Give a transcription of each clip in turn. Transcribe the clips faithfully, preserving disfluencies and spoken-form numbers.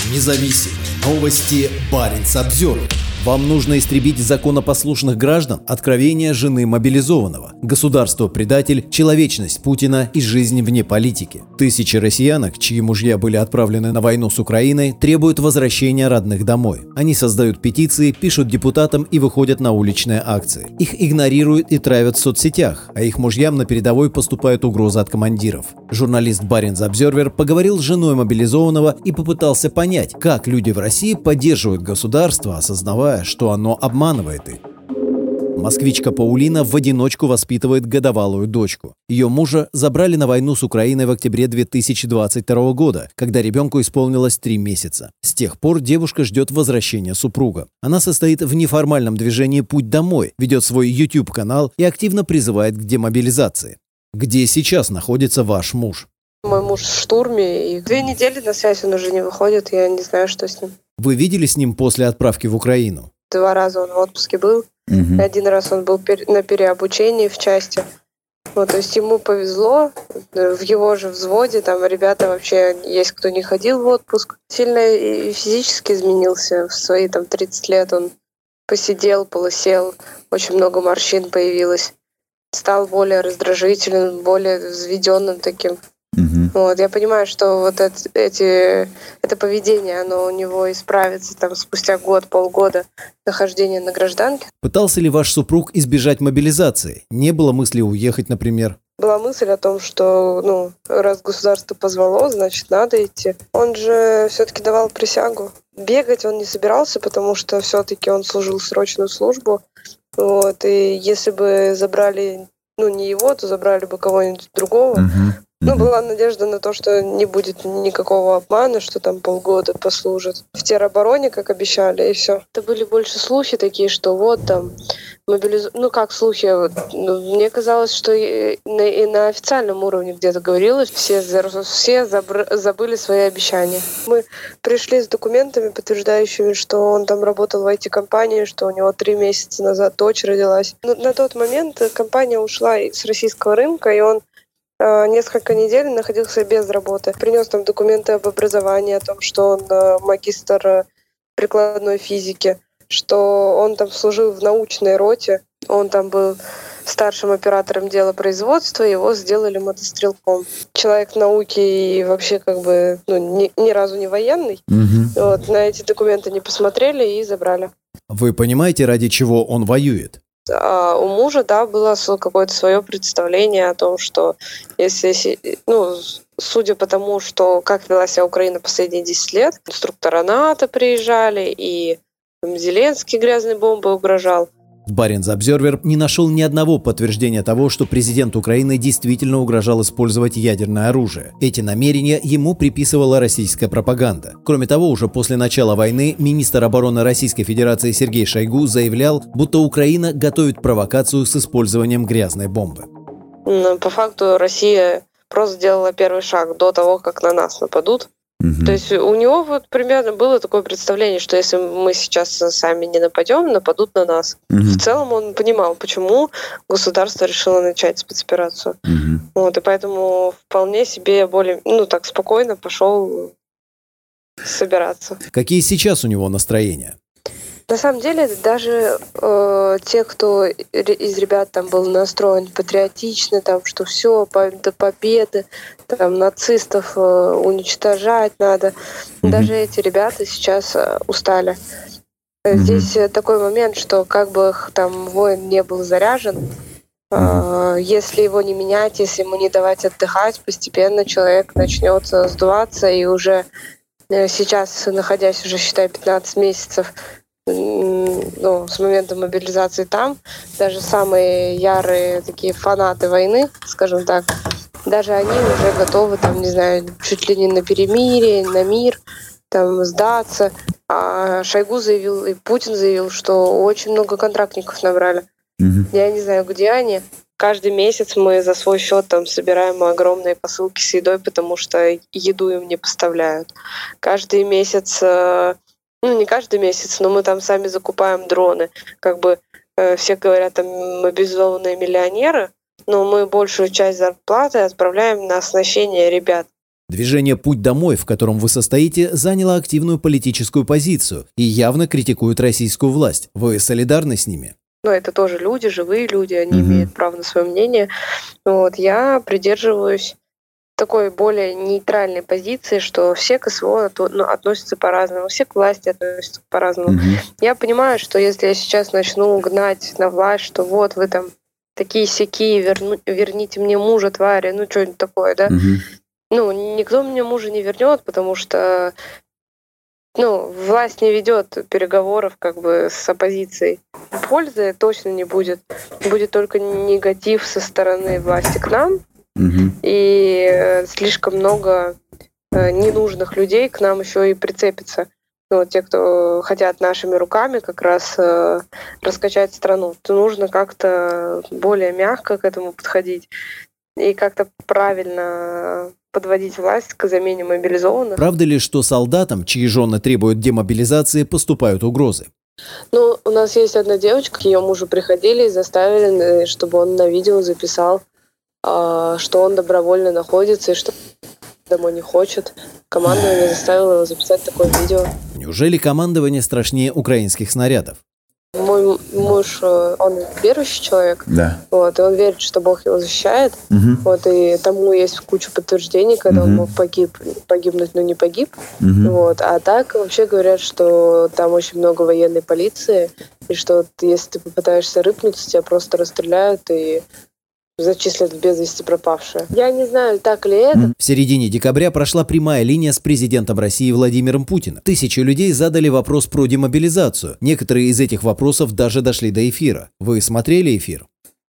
Независимые новости. Баренц-Обзервер. Вам нужно истребить законопослушных граждан? Откровения жены мобилизованного. Государство-предатель, человечность Путина и жизнь вне политики. Тысячи россиянок, чьи мужья были отправлены на войну с Украиной, требуют возвращения родных домой. Они создают петиции, пишут депутатам и выходят на уличные акции. Их игнорируют и травят в соцсетях, а их мужьям на передовой поступают угрозы от командиров. Журналист Баренц-Обзервер поговорил с женой мобилизованного и попытался понять, как люди в России поддерживают государство, осознавая, что оно обманывает их. Москвичка Паулина в одиночку воспитывает годовалую дочку. Ее мужа забрали на войну с Украиной в октябре две тысячи двадцать второго года, когда ребенку исполнилось три месяца. С тех пор девушка ждет возвращения супруга. Она состоит в неформальном движении «Путь домой», ведет свой YouTube-канал и активно призывает к демобилизации. Где сейчас находится ваш муж? Мой муж в штурме, и две недели на связь он уже не выходит, я не знаю, что с ним. Вы видели с ним после отправки в Украину? Два раза он в отпуске был. Угу. Один раз он был на переобучении в части. Вот, то есть ему повезло, в его же взводе там ребята вообще есть, кто не ходил в отпуск. Сильно и физически изменился. В свои там тридцать лет он посидел, полысел, очень много морщин появилось. Стал более раздражительным, более взведенным таким. Угу. Вот, я понимаю, что вот это, эти, это поведение, оно у него исправится там спустя год, полгода нахождения на гражданке. Пытался ли ваш супруг избежать мобилизации? Не было мысли уехать, например? Была мысль о том, что ну, раз государство позвало, значит, надо идти. Он же все-таки давал присягу. Бегать он не собирался, потому что все-таки он служил срочную службу. Вот, и если бы забрали, ну, не его, то забрали бы кого-нибудь другого. Угу. Ну, была надежда на то, что не будет никакого обмана, что там полгода послужит в теробороне, как обещали, и все. Это были больше слухи такие, что вот там мобилиз... Ну, как слухи? Мне казалось, что и на, и на официальном уровне где-то говорилось, все, все забр... забыли свои обещания. Мы пришли с документами, подтверждающими, что он там работал в ай ти-компании, что у него три месяца назад дочь родилась. Но на тот момент компания ушла с российского рынка, и он несколько недель находился без работы. Принес там документы об образовании, о том, что он магистр прикладной физики, что он там служил в научной роте, он там был старшим оператором дела производства, его сделали мотострелком. Человек науки и вообще как бы ну, ни, ни разу не военный. Угу. Вот, на эти документы не посмотрели и забрали. Вы понимаете, ради чего он воюет? А у мужа, да, было какое-то свое представление о том, что если, ну, судя по тому, что как вела себя Украина последние десять лет, инструктора НАТО приезжали, и там, Зеленский грязной бомбой угрожал. Баренц-Обзервер не нашел ни одного подтверждения того, что президент Украины действительно угрожал использовать ядерное оружие. Эти намерения ему приписывала российская пропаганда. Кроме того, уже после начала войны министр обороны Российской Федерации Сергей Шойгу заявлял, будто Украина готовит провокацию с использованием грязной бомбы. По факту Россия просто сделала первый шаг до того, как на нас нападут. Угу. То есть у него вот примерно было такое представление, что если мы сейчас сами не нападем, нападут на нас. Угу. В целом он понимал, почему государство решило начать спецоперацию. Угу. Вот, и поэтому вполне себе более, ну так спокойно пошел собираться. Какие сейчас у него настроения? На самом деле, даже э, те, кто из ребят там был настроен патриотично, там, что все до победы, там, нацистов э, уничтожать надо, mm-hmm. даже эти ребята сейчас э, устали. Mm-hmm. Здесь такой момент, что как бы там воин не был заряжен, mm-hmm. э, если его не менять, если ему не давать отдыхать, постепенно человек начнет сдуваться, и уже э, сейчас, находясь уже, считай, пятнадцать месяцев, ну, с момента мобилизации там, даже самые ярые такие фанаты войны, скажем так, даже они уже готовы, там, не знаю, чуть ли не на перемирие, на мир, там, сдаться. А Шойгу заявил, и Путин заявил, что очень много контрактников набрали. Mm-hmm. Я не знаю, где они. Каждый месяц мы за свой счет там собираем огромные посылки с едой, потому что еду им не поставляют. Каждый месяц... Ну, не каждый месяц, но мы там сами закупаем дроны. Как бы э, все говорят, там, мобилизованные миллионеры, но мы большую часть зарплаты отправляем на оснащение ребят. Движение «Путь домой», в котором вы состоите, заняло активную политическую позицию и явно критикует российскую власть. Вы солидарны с ними? Ну, это тоже люди, живые люди, они Мгм. имеют право на свое мнение. Вот, я придерживаюсь такой более нейтральной позиции, что все к СВО отно- ну, относятся по-разному, все к власти относятся по-разному. Мгм. Я понимаю, что если я сейчас начну гнать на власть, что вот вы там такие-сякие, верну- верните мне мужа, твари, ну что-нибудь такое, да, Мгм. ну, никто мне мужа не вернет, потому что, ну, власть не ведет переговоров как бы с оппозицией. Пользы точно не будет. Будет только негатив со стороны власти к нам, Мгм. и э, слишком много э, ненужных людей к нам еще и прицепится. Ну, вот те, кто хотят нашими руками как раз э, раскачать страну, то нужно как-то более мягко к этому подходить и как-то правильно подводить власть к замене мобилизованных. Правда ли, что солдатам, чьи жены требуют демобилизации, поступают угрозы? Ну, у нас есть одна девочка, к ее мужу приходили и заставили, э, чтобы он на видео записал, а, что он добровольно находится и что домой не хочет. Командование заставило его записать такое видео. Неужели командование страшнее украинских снарядов? Мой муж, э, он верующий человек, Да. вот, и он верит, что Бог его защищает. Мгм. Вот, и тому есть куча подтверждений, когда он Мгм. мог погиб, погибнуть, но не погиб. Мгм. Вот. А так вообще говорят, что там очень много военной полиции, и что вот если ты попытаешься рыпнуться, тебя просто расстреляют и зачислят в без вести пропавшие. Я не знаю, так ли это. В середине декабря прошла прямая линия с президентом России Владимиром Путиным. Тысячи людей задали вопрос про демобилизацию. Некоторые из этих вопросов даже дошли до эфира. Вы смотрели эфир?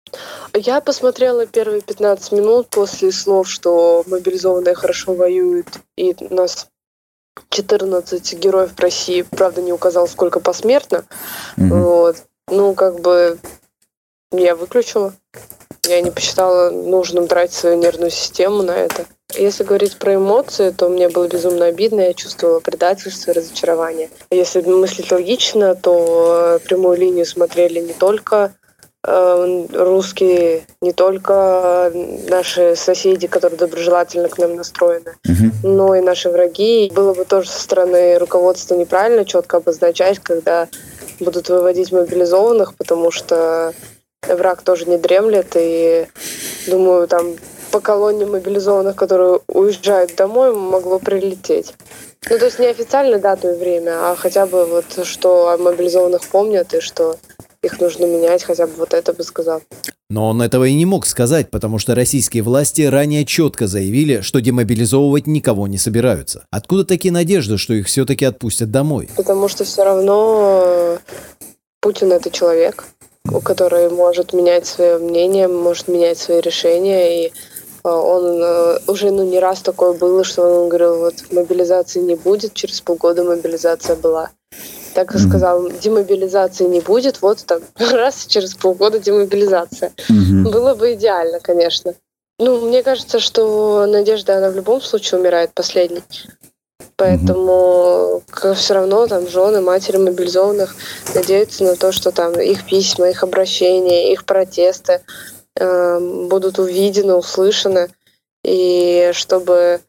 Я посмотрела первые пятнадцать минут после слов, что мобилизованные хорошо воюют, и у нас четырнадцать героев в России, правда, не указал, сколько посмертно. Мгм. Вот. Ну, как бы я выключила. Я не посчитала нужным тратить свою нервную систему на это. Если говорить про эмоции, то мне было безумно обидно, я чувствовала предательство и разочарование. Если мыслить логично, то э, прямую линию смотрели не только э, русские, не только наши соседи, которые доброжелательно к нам настроены, Мгм. но и наши враги. Было бы тоже со стороны руководства неправильно четко обозначать, когда будут выводить мобилизованных, потому что враг тоже не дремлет, и, думаю, там по колонне мобилизованных, которые уезжают домой, могло прилететь. Ну, то есть не официально дату и время, а хотя бы вот, что о мобилизованных помнят, и что их нужно менять, хотя бы вот это бы сказал. Но он этого и не мог сказать, потому что российские власти ранее четко заявили, что демобилизовывать никого не собираются. Откуда такие надежды, что их все-таки отпустят домой? Потому что все равно э, Путин — это человек, который может менять свое мнение, может менять свои решения, и э, он э, уже ну, не раз такое было, что он говорил, вот мобилизации не будет, через полгода мобилизация была. Так и сказал, демобилизации не будет, вот так раз, через полгода демобилизация. Мгм. Было бы идеально, конечно. Ну, мне кажется, что надежда, она в любом случае умирает последней. Поэтому все равно там жены, матери мобилизованных надеются на то, что там их письма, их обращения, их протесты э, будут увидены, услышаны, и чтобы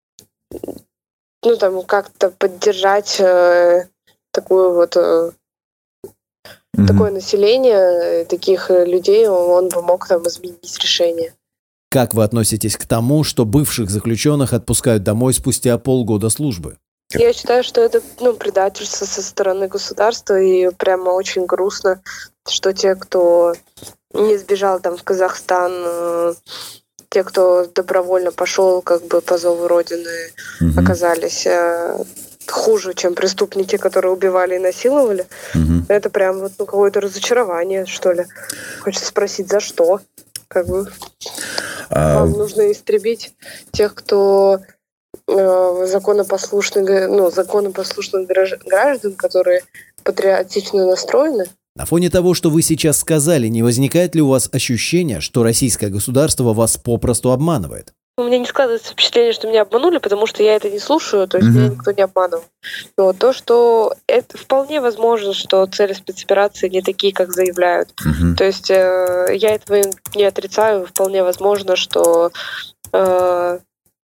ну там как-то поддержать э, такую вот э, Мгм. такое население, э, таких э, людей, он бы мог там изменить решение. Как вы относитесь к тому, что бывших заключенных отпускают домой спустя полгода службы? Я считаю, что это ну, предательство со стороны государства, и прямо очень грустно, что те, кто не сбежал там в Казахстан, э, те, кто добровольно пошел как бы по зову Родины, Мгм. оказались э, хуже, чем преступники, которые убивали и насиловали. Мгм. Это прям вот ну, какое-то разочарование, что ли. Хочется спросить, за что? Как бы А, вам нужно истребить тех, кто э, законопослушных, га- ну, законопослушных гражд- граждан, которые патриотично настроены. На фоне того, что вы сейчас сказали, не возникает ли у вас ощущение, что российское государство вас попросту обманывает? У меня не складывается впечатление, что меня обманули, потому что я это не слушаю, то есть Мгм. меня никто не обманывал. Но то, что это вполне возможно, что цели спецоперации не такие, как заявляют. мгм. То есть э, я этого не отрицаю, вполне возможно, что э,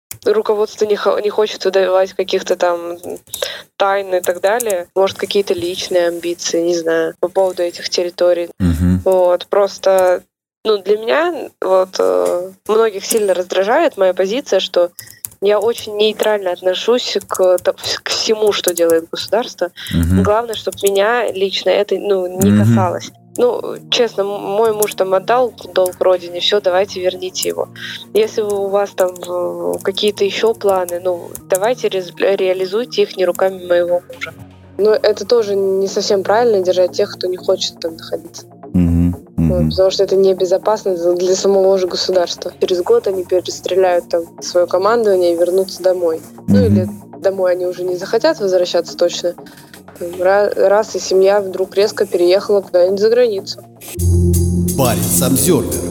руководство не, хо- не хочет выдавать каких-то там тайн и так далее. Может, какие-то личные амбиции, не знаю, по поводу этих территорий. Мгм. Вот, просто, ну, для меня вот э, многих сильно раздражает моя позиция, что я очень нейтрально отношусь к, та- к всему, что делает государство. Мгм. Главное, чтобы меня лично это, ну, не Мгм. касалось. Ну, честно, м- мой муж там отдал долг родине, все, давайте верните его. Если у вас там э, какие-то еще планы, ну, давайте рез- реализуйте их не руками моего мужа. Но это тоже не совсем правильно держать тех, кто не хочет там находиться. Мгм. Вот, Мгм. потому что это небезопасно для для самого же государства. Через год они перестреляют там свое командование и вернутся домой. Ну Мгм. или домой они уже не захотят возвращаться точно. Там, ра- Раз и семья вдруг резко переехала куда-нибудь за границу. Баренц Обзервер.